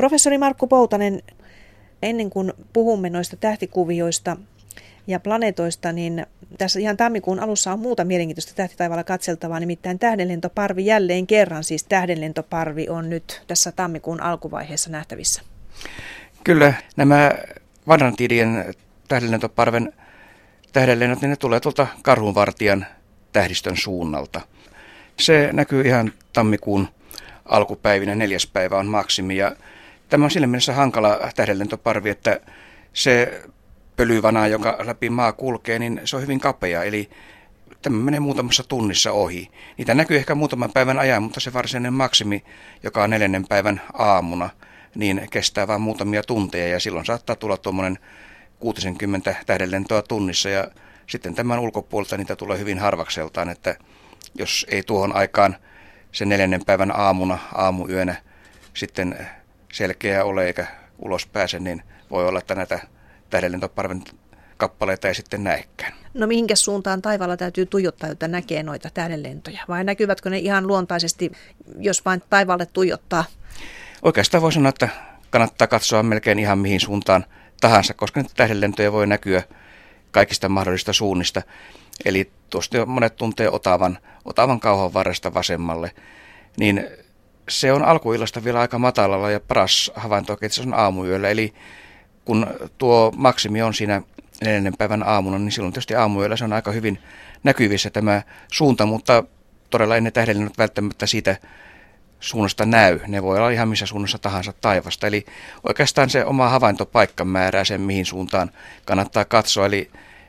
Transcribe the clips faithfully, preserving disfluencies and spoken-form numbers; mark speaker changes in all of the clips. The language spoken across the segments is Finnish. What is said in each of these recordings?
Speaker 1: Professori Markku Poutanen, ennen kuin puhumme noista tähtikuvioista ja planeetoista, niin tässä ihan tammikuun alussa on muuta mielenkiintoista tähtitaivaalla katseltavaa, nimittäin tähdenlentoparvi jälleen kerran, siis tähdenlentoparvi on nyt tässä tammikuun alkuvaiheessa nähtävissä.
Speaker 2: Kyllä, nämä vanhan tidien tähdenlentoparven tähdenlennot, niin ne tulee tuolta Karhunvartijan tähdistön suunnalta. Se näkyy ihan tammikuun alkupäivinä, neljäs päivä on maksimi, ja tämä on sillä mielessä hankala tähdenlentoparvi, että se pölyvana, joka läpi maa kulkee, niin se on hyvin kapea, eli tämä menee muutamassa tunnissa ohi. Niitä näkyy ehkä muutaman päivän ajan, mutta se varsinainen maksimi, joka on neljännen päivän aamuna, niin kestää vain muutamia tunteja, ja silloin saattaa tulla tuommoinen kuusikymmentä tähdenlentoa tunnissa, ja sitten tämän ulkopuolelta niitä tulee hyvin harvakseltaan, että jos ei tuohon aikaan sen neljännen päivän aamuna, aamuyönä sitten selkeä ole eikä ulos pääse, niin voi olla, että näitä tähdenlentoparven kappaleita ei sitten näekään.
Speaker 1: No mihinkä suuntaan taivaalla täytyy tuijottaa, jotta näkee noita tähdenlentoja? Vai näkyvätkö ne ihan luontaisesti, jos vain taivaalle tuijottaa?
Speaker 2: Oikeastaan voi sanoa, että kannattaa katsoa melkein ihan mihin suuntaan tahansa, koska niitä tähdenlentoja voi näkyä kaikista mahdollisista suunnista. Eli tuosta jo monet tuntee Otavan, Otavan kauhan varresta vasemmalle, niin se on alkuillasta vielä aika matalalla ja paras havainto että se on aamuyöllä. Eli kun tuo maksimi on siinä neljännen päivän aamuna, niin silloin tietysti aamuyöllä se on aika hyvin näkyvissä tämä suunta, mutta todella ei ne tähdenlennot välttämättä siitä suunnasta näy. Ne voi olla ihan missä suunnassa tahansa taivasta. Eli oikeastaan se oma havaintopaikka määrää sen, mihin suuntaan kannattaa katsoa. Eli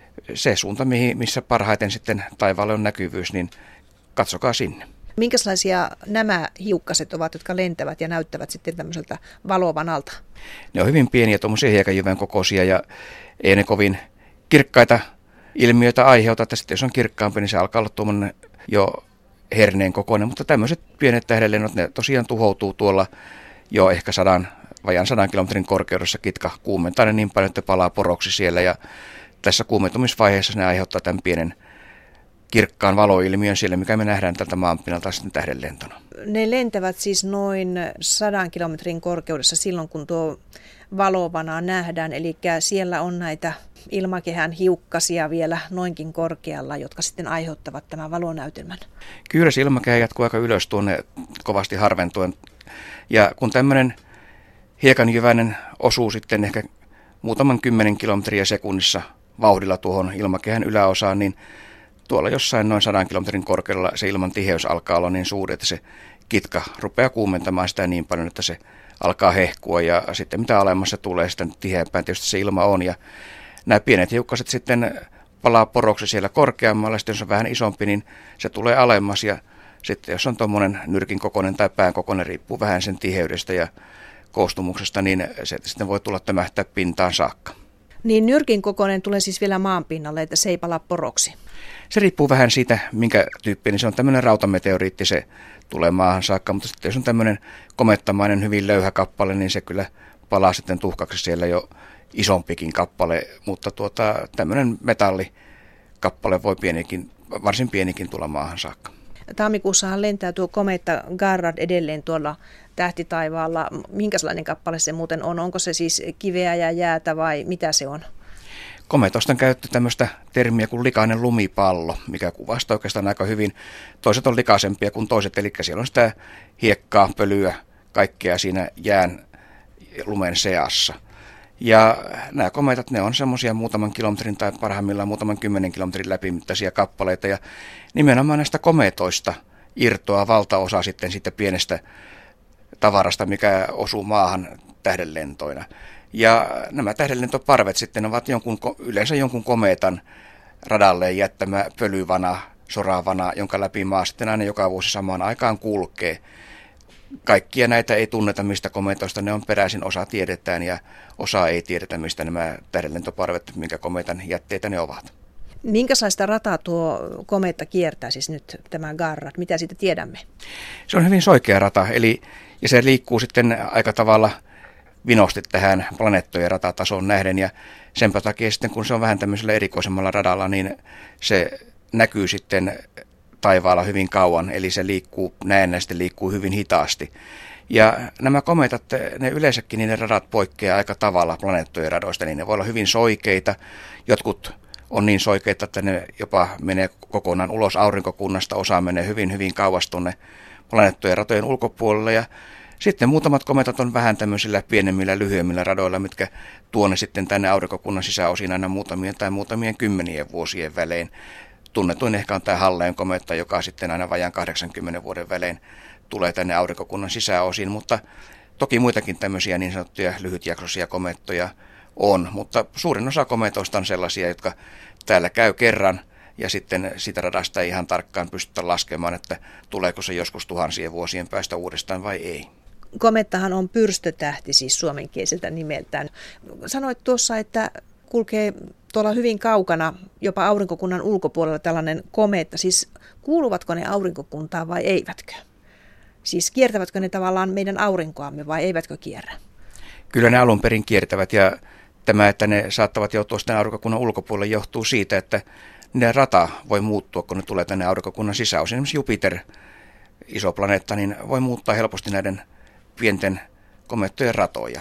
Speaker 2: se suunta, missä parhaiten sitten taivaalle on näkyvyys, niin katsokaa sinne.
Speaker 1: Minkälaisia nämä hiukkaset ovat, jotka lentävät ja näyttävät sitten tämmöiseltä valovanalta?
Speaker 2: Ne on hyvin pieniä, tuommoisia hiekanjyvän kokoisia, ja ei ne kovin kirkkaita ilmiöitä aiheuta. Että sitten jos on kirkkaampi, niin se alkaa olla tuommoinen jo herneen kokoinen, mutta tämmöiset pienet tähdenlennot, ne tosiaan tuhoutuu tuolla jo ehkä sadan, vajaan sadan kilometrin korkeudessa, kitka kuumentaa ne niin paljon, että palaa poroksi siellä, ja tässä kuumentumisvaiheessa ne aiheuttaa tämän pienen kirkkaan valoilmiön siellä, mikä me nähdään tältä maanpinnalta sitten tähdenlentona.
Speaker 1: Ne lentävät siis noin sadan kilometrin korkeudessa silloin, kun tuo valovana nähdään, eli siellä on näitä ilmakehän hiukkasia vielä noinkin korkealla, jotka sitten aiheuttavat tämän valonäytelmän.
Speaker 2: Kyllä se ilmakehä jatkuu aika ylös tuonne kovasti harventuen, ja kun tämmöinen hiekanjyväinen osuu sitten ehkä muutaman kymmenen kilometriä sekunnissa vauhdilla tuohon ilmakehän yläosaan, niin tuolla jossain noin sadan kilometrin korkeudella se ilman tiheys alkaa olla niin suuri, että se kitka rupeaa kuumentamaan sitä niin paljon, että se alkaa hehkua, ja sitten mitä alemmassa tulee, sitä tiheämpään tietysti se ilma on, ja nämä pienet hiukkaset sitten palaa poroksi siellä korkeammalla, sitten jos on vähän isompi, niin se tulee alemmas, ja sitten jos on tuommoinen nyrkin kokoinen tai pään kokoinen, riippuu vähän sen tiheydestä ja koostumuksesta, niin se sitten voi tulla tämähtää pintaan saakka.
Speaker 1: Niin nyrkin kokoinen tulee siis vielä maan pinnalle, että se ei palaa poroksi?
Speaker 2: Se riippuu vähän siitä, minkä tyyppinen. Se on tämmöinen rautameteoriitti, se tulee maahan saakka, mutta sitten jos on tämmöinen komettamainen, hyvin löyhä kappale, niin se kyllä palaa sitten tuhkaksi siellä jo isompikin kappale, mutta tuota, tämmöinen metallikappale voi pienikin, varsin pienikin tulla maahan saakka.
Speaker 1: Tammikuussahan lentää tuo kometta Garrard edelleen tuolla tähtitaivaalla. Minkälainen kappale se muuten on? Onko se siis kiveä ja jäätä vai mitä se on?
Speaker 2: Kometosta on käytetty tämmöistä termiä kuin likainen lumipallo, mikä kuvastaa oikeastaan aika hyvin. Toiset on likaisempia kuin toiset, eli siellä on sitä hiekkaa, pölyä, kaikkea siinä jään lumen seassa. Ja nämä kometat, ne on semmoisia muutaman kilometrin tai parhaimmillaan muutaman kymmenen kilometrin läpimittaisia kappaleita. Ja nimenomaan näistä kometoista irtoaa valtaosa sitten siitä pienestä tavarasta, mikä osuu maahan tähdenlentoina. Ja nämä tähdenlentoparvet sitten ovat jonkun, yleensä jonkun kometan radalle jättämä pölyvana, soravana, jonka läpi maa sitten aina joka vuosi samaan aikaan kulkee. Kaikkia näitä ei tunneta, mistä kometoista ne on peräisin, osa tiedetään ja osa ei tiedetä, mistä nämä tähdenlentoparvet, minkä kometan jätteitä ne ovat.
Speaker 1: Minkälaista rataa tuo kometta kiertää siis nyt tämä Garrard? Mitä siitä tiedämme?
Speaker 2: Se on hyvin soikea rata, eli, ja se liikkuu sitten aika tavalla vinosti tähän planeettojen ratatasoon nähden, ja senpä takia sitten kun se on vähän tämmöisellä erikoisemmalla radalla, niin se näkyy sitten taivaalla hyvin kauan, eli se liikkuu näennäisesti liikkuu hyvin hitaasti. Ja nämä kometat, ne yleensäkin niiden radat poikkeaa aika tavalla planeettojen radoista, niin ne voi olla hyvin soikeita. Jotkut on niin soikeita, että ne jopa menee kokonaan ulos aurinkokunnasta, osa menee hyvin hyvin kauas tuonne planeettojen ratojen ulkopuolelle. Ja sitten muutamat kometat on vähän tämmöisillä pienemmillä, lyhyemmillä radoilla, mitkä tuonne sitten tänne aurinkokunnan sisäosiin aina muutamien tai muutamien kymmenien vuosien välein. Tunnetuin ehkä on tämä Halleen kometta, joka sitten aina vajaan kahdeksankymmenen vuoden välein tulee tänne aurinkokunnan sisäosiin, mutta toki muitakin tämmöisiä niin sanottuja lyhytjaksoisia komettoja on, mutta suurin osa kometoista on sellaisia, jotka täällä käy kerran ja sitten sitä radasta ei ihan tarkkaan pystytä laskemaan, että tuleeko se joskus tuhansien vuosien päästä uudestaan vai ei.
Speaker 1: Komettahan on pyrstötähti siis suomenkieliseltä nimeltään. Sanoit tuossa, että kulkee tuolla hyvin kaukana, jopa aurinkokunnan ulkopuolella tällainen kometta. Siis kuuluvatko ne aurinkokuntaan vai eivätkö? Siis kiertävätkö ne tavallaan meidän aurinkoamme vai eivätkö kierrä?
Speaker 2: Kyllä ne alun perin kiertävät ja tämä, että ne saattavat joutua sitten aurinkokunnan ulkopuolelle johtuu siitä, että ne rata voi muuttua, kun ne tulee tänne aurinkokunnan sisäosiin. Esimerkiksi Jupiter, iso planeetta, niin voi muuttaa helposti näiden pienten komettojen ratoja.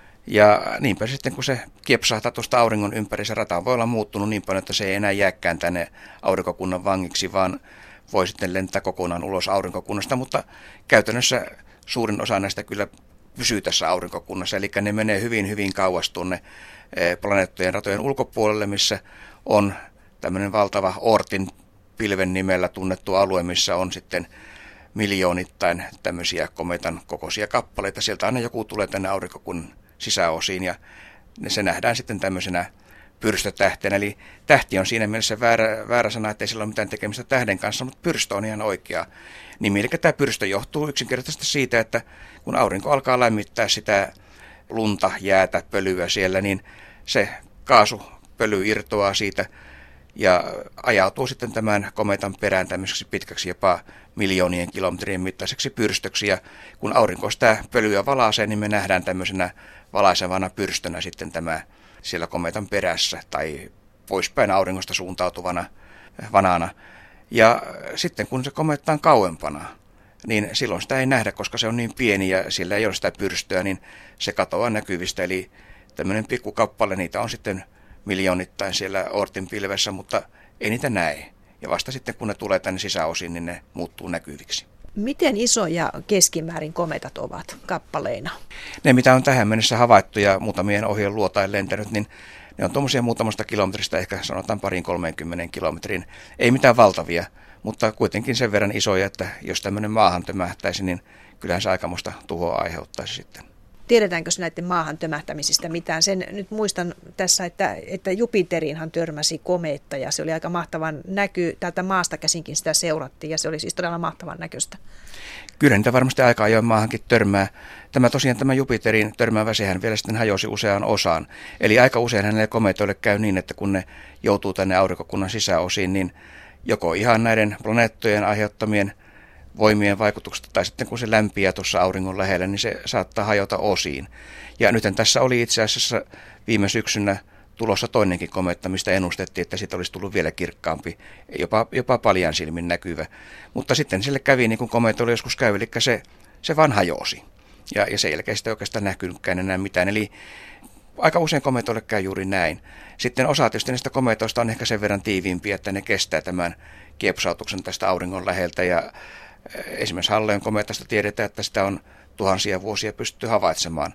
Speaker 2: Ja niinpä sitten, kun se kiepsahtaa tuosta auringon ympäri, se rata voi olla muuttunut niin paljon, että se ei enää jääkään tänne aurinkokunnan vangiksi, vaan voi sitten lentää kokonaan ulos aurinkokunnasta, mutta käytännössä suurin osa näistä kyllä pysyy tässä aurinkokunnassa, eli ne menee hyvin, hyvin kauas tuonne planeettojen ratojen ulkopuolelle, missä on tämmöinen valtava Oortin pilven nimellä tunnettu alue, missä on sitten miljoonittain tämmöisiä kometan kokoisia kappaleita. Sieltä aina joku tulee tänne aurinkokunnan sisäosiin ja se nähdään sitten tämmöisenä pyrstötähtenä. Eli tähti on siinä mielessä väärä, väärä sana, että ei sillä ole mitään tekemistä tähden kanssa, mutta pyrstö on ihan oikea nimi. Eli tämä pyrstö johtuu yksinkertaisesti siitä, että kun aurinko alkaa lämmittää sitä lunta, jäätä, pölyä siellä, niin se kaasupöly irtoaa siitä ja ajautuu sitten tämän kometan perään tämmöiseksi pitkäksi jopa miljoonien kilometrien mittaiseksi pyrstöksi. Ja kun aurinko sitä pölyä valaisee, niin me nähdään tämmöisenä valaisevana pyrstönä sitten tämä siellä kometan perässä tai poispäin auringosta suuntautuvana vanana. Ja sitten kun se kometta on kauempana, niin silloin sitä ei nähdä, koska se on niin pieni ja sillä ei ole sitä pyrstöä, niin se katoaa näkyvistä. Eli tämmöinen pikkukappale, niitä on sitten miljoonittain siellä Oortin pilvessä, mutta ei niitä näe. Ja vasta sitten kun ne tulee tänne sisäosiin, niin ne muuttuu näkyviksi.
Speaker 1: Miten isoja keskimäärin kometat ovat kappaleina?
Speaker 2: Ne, mitä on tähän mennessä havaittu ja muutamien ohjeen luotain lentänyt, niin ne on tuommoisia muutamasta kilometristä, ehkä sanotaan parin kolmeenkymmeneen kilometrin. Ei mitään valtavia, mutta kuitenkin sen verran isoja, että jos tämmöinen maahan tömähtäisi, niin kyllähän se aikamoista tuhoa aiheuttaisi sitten.
Speaker 1: Tiedetäänkö näiden maahan tömähtämisistä mitään? Sen nyt muistan tässä, että, että Jupiteriinhan törmäsi kometta ja se oli aika mahtavan näky. Täältä maasta käsinkin sitä seurattiin ja se oli siis todella mahtavan näköistä.
Speaker 2: Kyllä niitä varmasti aika ajoin maahankin törmää. Tämä tosiaan tämä Jupiterin törmäävä, sehän vielä sitten hajosi useaan osaan. Eli aika usein näille kometoille käy niin, että kun ne joutuu tänne aurinkokunnan sisäosiin, niin joko ihan näiden planeettojen aiheuttamien voimien vaikutuksesta, tai sitten kun se lämpiää tuossa auringon lähellä, niin se saattaa hajota osiin. Ja nythän tässä oli itse asiassa viime syksynä tulossa toinenkin kometta, mistä ennustettiin, että siitä olisi tullut vielä kirkkaampi, jopa, jopa paljan silmin näkyvä. Mutta sitten sille kävi niin kuin kometoille joskus käy, eli se, se vaan hajosi. Ja, ja sen jälkeen sitä ei oikeastaan näkynytkään enää mitään. Eli aika usein kometoille käy juuri näin. Sitten osa tietysti näistä kometoista on ehkä sen verran tiiviimpiä, että ne kestää tämän kiepsautuksen tästä auringon läheltä. Ja esimerkiksi Halleen kometasta tiedetään, että sitä on tuhansia vuosia pystytty havaitsemaan.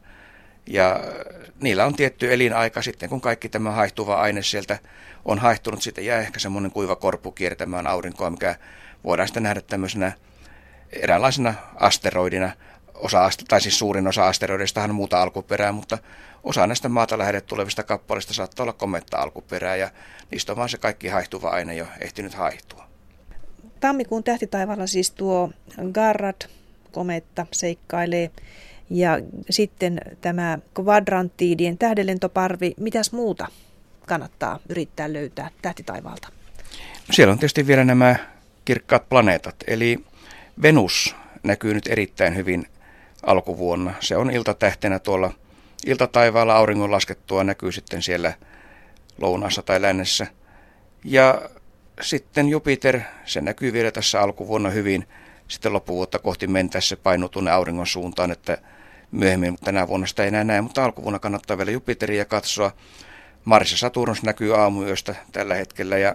Speaker 2: Ja niillä on tietty elinaika sitten, kun kaikki tämä haihtuva aine sieltä on haihtunut. Sitten jää ehkä semmoinen kuiva korppu kiertämään aurinkoa, mikä voidaan sitten nähdä tämmöisenä eräänlaisena asteroidina. Osa, tai siis suurin osa asteroideistahan on muuta alkuperää, mutta osa näistä maata lähdet tulevista kappaleista saattaa olla kometta-alkuperää, ja niistä on vaan se kaikki haihtuva aine jo ehtinyt haihtua.
Speaker 1: Tammikuun tähtitaivaalla siis tuo Garrad-kometta seikkailee, ja sitten tämä Quadrantiidien tähdenlentoparvi. Mitäs muuta kannattaa yrittää löytää tähtitaivaalta?
Speaker 2: Siellä on tietysti vielä nämä kirkkaat planeetat, eli Venus näkyy nyt erittäin hyvin alkuvuonna. Se on iltatähtenä tuolla iltataivaalla, auringon laskettua näkyy sitten siellä lounaassa tai lännessä. Ja sitten Jupiter, se näkyy vielä tässä alkuvuonna hyvin. sitten loppuvuotta kohti mentäessä se painuu tuonne auringon suuntaan, että myöhemmin tänä vuonna sitä ei enää näe, mutta alkuvuonna kannattaa vielä Jupiteria katsoa. Mars ja Saturnus näkyy aamuyöstä tällä hetkellä ja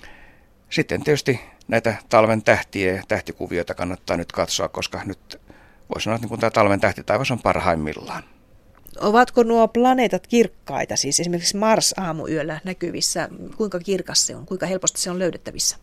Speaker 2: sitten tietysti näitä talven tähtiä ja tähtikuvioita kannattaa nyt katsoa, koska nyt voisi sanoa, että niin tämä talven tähtitaivas on parhaimmillaan.
Speaker 1: Ovatko nuo planeetat kirkkaita, siis esimerkiksi Mars aamuyöllä näkyvissä? Kuinka kirkas se on? Kuinka helposti se on löydettävissä?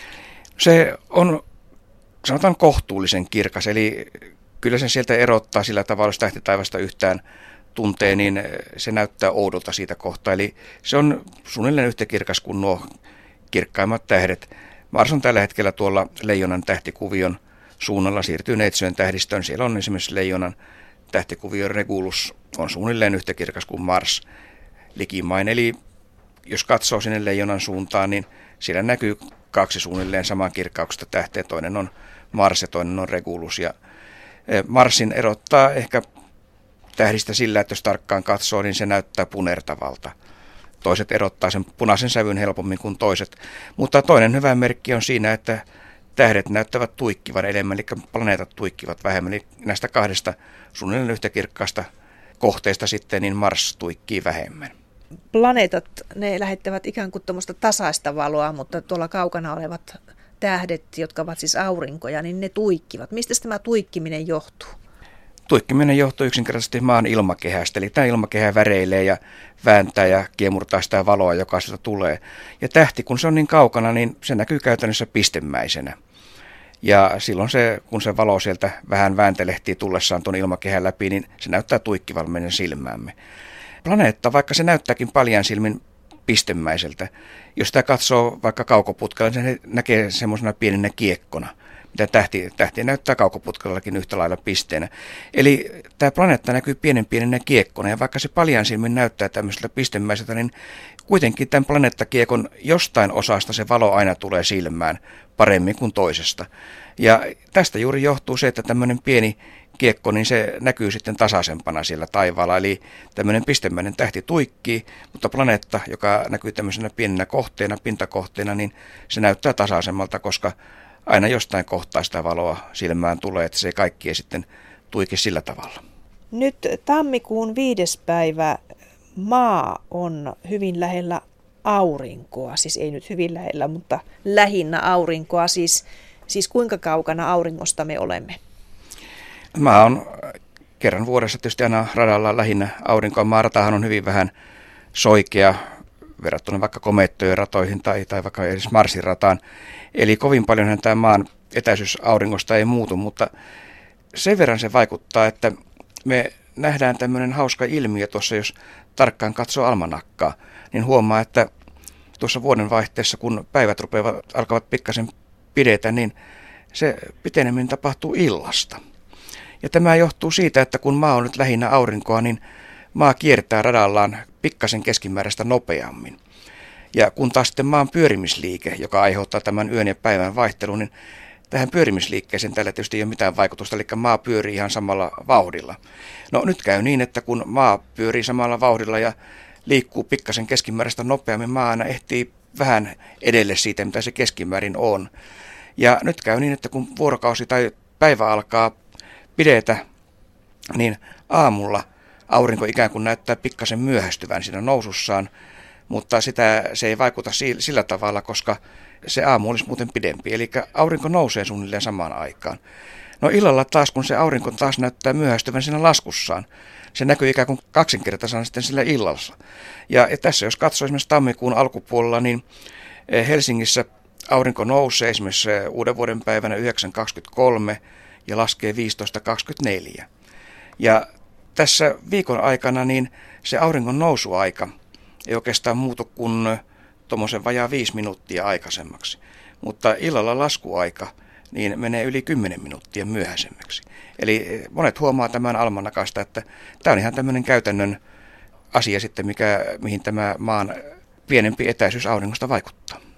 Speaker 2: Se on, sanotaan, kohtuullisen kirkas, eli kyllä sen sieltä erottaa sillä tavalla, jos tähtitaivasta yhtään tuntee, niin se näyttää oudolta siitä kohtaa. Eli se on suunnilleen yhtä kirkas kuin nuo kirkkaimmat tähdet. Mars on tällä hetkellä tuolla Leijonan tähtikuvion suunnalla, siirtyy Neitsyen tähdistöön. Siellä on esimerkiksi Leijonan tähtikuvio Regulus, on suunnilleen yhtä kirkas kuin Mars likimain. Eli jos katsoo sinne Leijonan suuntaan, niin siellä näkyy kaksi suunnilleen saman kirkkauksesta tähteä. Toinen on Mars ja toinen on Regulus. Ja Marsin erottaa ehkä tähdistä sillä, että jos tarkkaan katsoo, niin se näyttää punertavalta. Toiset erottaa sen punaisen sävyn helpommin kuin toiset. Mutta toinen hyvä merkki on siinä, että tähdet näyttävät tuikkivan enemmän, eli planeetat tuikkivat vähemmän. Eli näistä kahdesta suunnilleen yhtä kirkkaasta kohteesta sitten, niin Mars tuikkii vähemmän.
Speaker 1: Planeetat, ne lähettävät ikään kuin tuommoista tasaista valoa, mutta tuolla kaukana olevat tähdet, jotka ovat siis aurinkoja, niin ne tuikkivat. Mistä tämä tuikkiminen johtuu?
Speaker 2: Tuikkiminen johtuu yksinkertaisesti maan ilmakehästä, eli tämä ilmakehä väreilee ja vääntää ja kiemurtaa sitä valoa, joka sieltä tulee. Ja tähti, kun se on niin kaukana, niin se näkyy käytännössä pistemäisenä. Ja silloin se, kun se valo sieltä vähän vääntelehtii tullessaan tuon ilmakehän läpi, niin se näyttää tuikkivan meidän silmäämme. Planeetta, vaikka se näyttääkin paljain silmin pistemäiseltä, jos sitä katsoo vaikka kaukoputkella, niin se näkee semmoisena pienenä kiekkona, mitä tähti, tähti näyttää kaukoputkellakin yhtä lailla pisteenä. Eli tämä planeetta näkyy pienen pienenä kiekkona, ja vaikka se paljain silmin näyttää tämmöiseltä pistemäiseltä, niin kuitenkin tämän planeettakiekon jostain osasta se valo aina tulee silmään paremmin kuin toisesta. Ja tästä juuri johtuu se, että tämmöinen pieni kiekko, niin se näkyy sitten tasaisempana siellä taivaalla. Eli tämmöinen pistemäinen tähti tuikkii, mutta planeetta, joka näkyy tämmöisenä pienenä kohteena, pintakohteena, niin se näyttää tasaisemmalta, koska aina jostain kohtaa sitä valoa silmään tulee, että se kaikki ei sitten tuiki sillä tavalla.
Speaker 1: Nyt tammikuun viides päivä maa on hyvin lähellä aurinkoa, siis ei nyt hyvin lähellä, mutta lähinnä aurinkoa, siis, siis kuinka kaukana auringosta me olemme?
Speaker 2: Maa on kerran vuodessa tietysti aina radalla lähinnä aurinkoa. Maaratahan on hyvin vähän soikea verrattuna vaikka komeettojen ratoihin tai, tai vaikka edes Marsin rataan. Eli kovin paljonhan tämä maan etäisyys auringosta ei muutu, mutta sen verran se vaikuttaa, että me nähdään tämmöinen hauska ilmiö tuossa, jos tarkkaan katsoo almanakkaa, niin huomaa, että tuossa vuodenvaihteessa, kun päivät rupeavat, alkavat pikkasen pidetä, niin se piteneminen tapahtuu illasta. Ja tämä johtuu siitä, että kun maa on nyt lähinnä aurinkoa, niin maa kiertää radallaan pikkasen keskimääräistä nopeammin. Ja kun taas sitten maan pyörimisliike, joka aiheuttaa tämän yön ja päivän vaihtelun, niin tähän pyörimisliikkeeseen tällä tietysti ei ole mitään vaikutusta, eli maa pyörii ihan samalla vauhdilla. No nyt käy niin, että kun maa pyörii samalla vauhdilla ja liikkuu pikkasen keskimääräistä nopeammin, maa aina ehtii vähän edelle siitä, mitä se keskimäärin on. Ja nyt käy niin, että kun vuorokausi tai päivä alkaa pidetä, niin aamulla aurinko ikään kuin näyttää pikkasen myöhästyvän siinä nousussaan, mutta sitä, se ei vaikuta sillä tavalla, koska se aamu olisi muuten pidempi. Eli aurinko nousee suunnilleen samaan aikaan. No illalla taas, kun se aurinko taas näyttää myöhästyvän siinä laskussaan, se näkyy ikään kuin kaksinkertaisena sitten sillä illalla. Ja, ja tässä jos katsoo esimerkiksi tammikuun alkupuolella, niin Helsingissä aurinko nousee esimerkiksi uuden vuoden päivänä yhdeksän kaksikymmentäkolme ja laskee viisitoista kaksikymmentäneljä. Ja tässä viikon aikana niin se auringon nousuaika ei oikeastaan muutu kuin tuommoisen vajaa viisi minuuttia aikaisemmaksi. Mutta illalla laskuaika niin menee yli kymmenen minuuttia myöhäisemmäksi. Eli monet huomaa tämän almanakasta, että tämä on ihan tämmöinen käytännön asia sitten, mikä, mihin tämä maan pienempi etäisyys auringosta vaikuttaa.